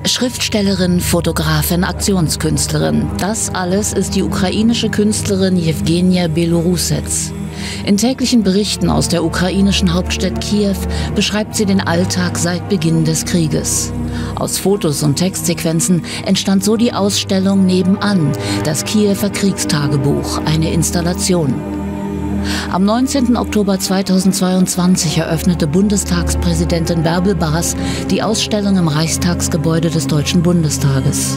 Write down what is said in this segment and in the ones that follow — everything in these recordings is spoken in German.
Schriftstellerin, Fotografin, Aktionskünstlerin. Das alles ist die ukrainische Künstlerin Jewgenia Belorusets. In täglichen Berichten aus der ukrainischen Hauptstadt Kiew beschreibt sie den Alltag seit Beginn des Krieges. Aus Fotos und Textsequenzen entstand so die Ausstellung Nebenan, das Kiewer Kriegstagebuch, eine Installation. Am 19. Oktober 2022 eröffnete Bundestagspräsidentin Bärbel Bas die Ausstellung im Reichstagsgebäude des Deutschen Bundestages.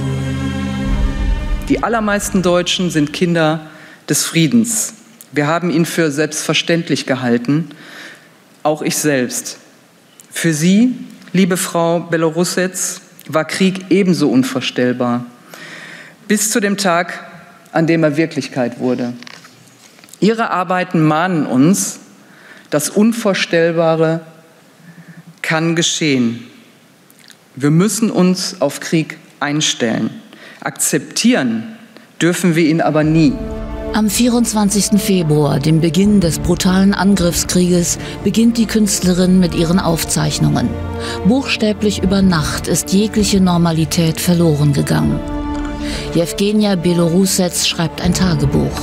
Die allermeisten Deutschen sind Kinder des Friedens. Wir haben ihn für selbstverständlich gehalten, auch ich selbst. Für Sie, liebe Frau Belorusets, war Krieg ebenso unvorstellbar, bis zu dem Tag, an dem er Wirklichkeit wurde. Ihre Arbeiten mahnen uns, das Unvorstellbare kann geschehen. Wir müssen uns auf Krieg einstellen. Akzeptieren dürfen wir ihn aber nie. Am 24. Februar, dem Beginn des brutalen Angriffskrieges, beginnt die Künstlerin mit ihren Aufzeichnungen. Buchstäblich über Nacht ist jegliche Normalität verloren gegangen. Jewgenia Belorusets schreibt ein Tagebuch.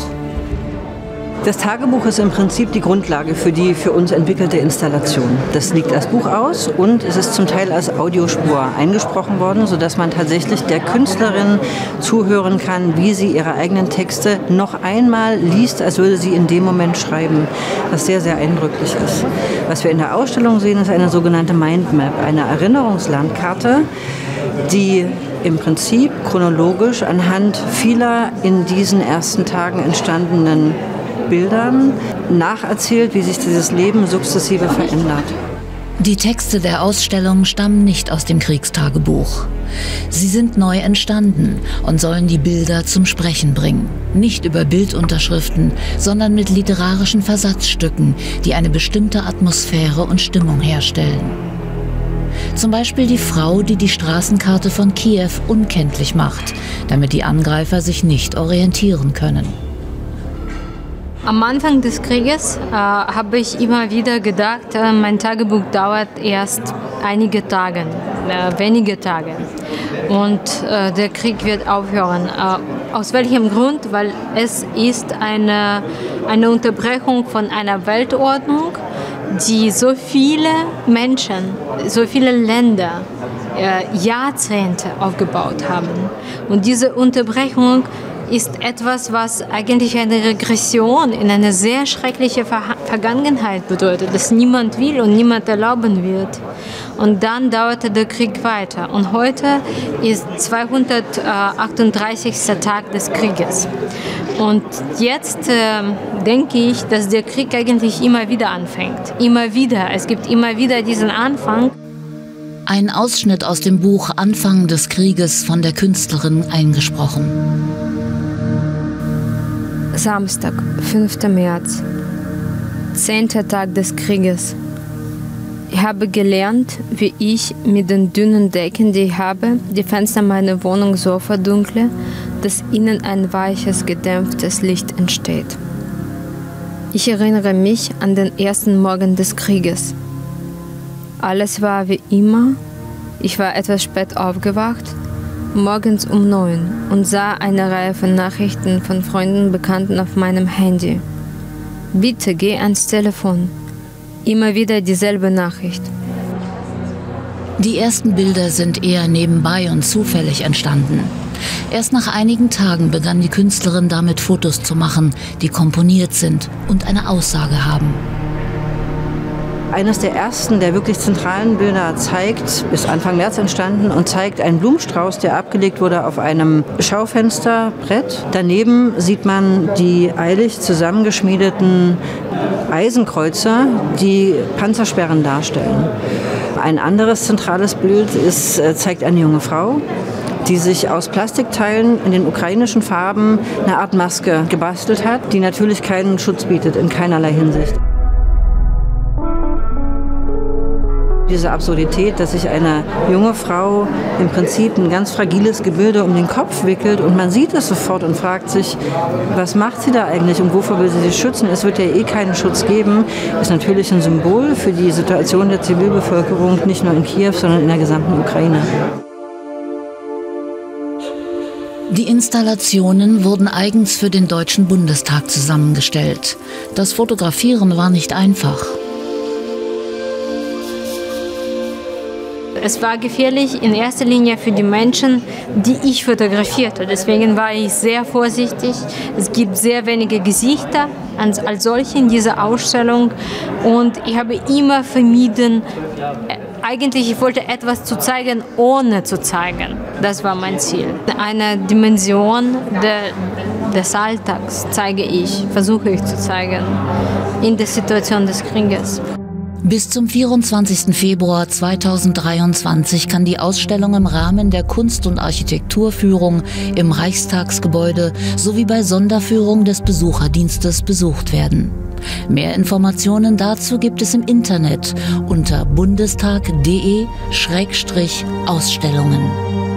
Das Tagebuch ist im Prinzip die Grundlage für die für uns entwickelte Installation. Das liegt als Buch aus und es ist zum Teil als Audiospur eingesprochen worden, sodass man tatsächlich der Künstlerin zuhören kann, wie sie ihre eigenen Texte noch einmal liest, als würde sie in dem Moment schreiben, was sehr, sehr eindrücklich ist. Was wir in der Ausstellung sehen, ist eine sogenannte Mindmap, eine Erinnerungslandkarte, die im Prinzip chronologisch anhand vieler in diesen ersten Tagen entstandenen Bildern nacherzählt, wie sich dieses Leben sukzessive verändert. Die Texte der Ausstellung stammen nicht aus dem Kriegstagebuch. Sie sind neu entstanden und sollen die Bilder zum Sprechen bringen. Nicht über Bildunterschriften, sondern mit literarischen Versatzstücken, die eine bestimmte Atmosphäre und Stimmung herstellen. Zum Beispiel die Frau, die die Straßenkarte von Kiew unkenntlich macht, damit die Angreifer sich nicht orientieren können. Am Anfang des Krieges habe ich immer wieder gedacht, mein Tagebuch dauert erst einige Tage, wenige Tage. Und der Krieg wird aufhören. Aus welchem Grund? Weil es ist eine Unterbrechung von einer Weltordnung, die so viele Menschen, so viele Länder Jahrzehnte aufgebaut haben. Und diese Unterbrechung ist etwas, was eigentlich eine Regression in eine sehr schreckliche Vergangenheit bedeutet, das niemand will und niemand erlauben wird. Und dann dauerte der Krieg weiter. Und heute ist 238. Tag des Krieges. Und jetzt denke ich, dass der Krieg eigentlich immer wieder anfängt. Immer wieder. Es gibt immer wieder diesen Anfang. Ein Ausschnitt aus dem Buch Anfang des Krieges von der Künstlerin eingesprochen. Samstag, 5. März, 10. Tag des Krieges. Ich habe gelernt, wie ich mit den dünnen Decken, die ich habe, die Fenster meiner Wohnung so verdunkle, dass innen ein weiches, gedämpftes Licht entsteht. Ich erinnere mich an den ersten Morgen des Krieges. Alles war wie immer. Ich war etwas spät aufgewacht, morgens um 9 und sah eine Reihe von Nachrichten von Freunden und Bekannten auf meinem Handy. Bitte geh ans Telefon. Immer wieder dieselbe Nachricht. Die ersten Bilder sind eher nebenbei und zufällig entstanden. Erst nach einigen Tagen begann die Künstlerin damit Fotos zu machen, die komponiert sind und eine Aussage haben. Eines der ersten, der wirklich zentralen Bilder zeigt, ist Anfang März entstanden und zeigt einen Blumenstrauß, der abgelegt wurde auf einem Schaufensterbrett. Daneben sieht man die eilig zusammengeschmiedeten Eisenkreuze, die Panzersperren darstellen. Ein anderes zentrales Bild zeigt eine junge Frau, die sich aus Plastikteilen in den ukrainischen Farben eine Art Maske gebastelt hat, die natürlich keinen Schutz bietet, in keinerlei Hinsicht. Diese Absurdität, dass sich eine junge Frau im Prinzip ein ganz fragiles Gebilde um den Kopf wickelt und man sieht es sofort und fragt sich, was macht sie da eigentlich und wofür will sie sich schützen? Es wird ja eh keinen Schutz geben, ist natürlich ein Symbol für die Situation der Zivilbevölkerung, nicht nur in Kiew, sondern in der gesamten Ukraine. Die Installationen wurden eigens für den Deutschen Bundestag zusammengestellt. Das Fotografieren war nicht einfach. Es war gefährlich in erster Linie für die Menschen, die ich fotografierte. Deswegen war ich sehr vorsichtig. Es gibt sehr wenige Gesichter als solche in dieser Ausstellung. Und ich habe immer vermieden, eigentlich ich wollte etwas zu zeigen, ohne zu zeigen. Das war mein Ziel. Eine Dimension des Alltags versuche ich zu zeigen, in der Situation des Krieges. Bis zum 24. Februar 2023 kann die Ausstellung im Rahmen der Kunst- und Architekturführung im Reichstagsgebäude sowie bei Sonderführung des Besucherdienstes besucht werden. Mehr Informationen dazu gibt es im Internet unter bundestag.de/Ausstellungen.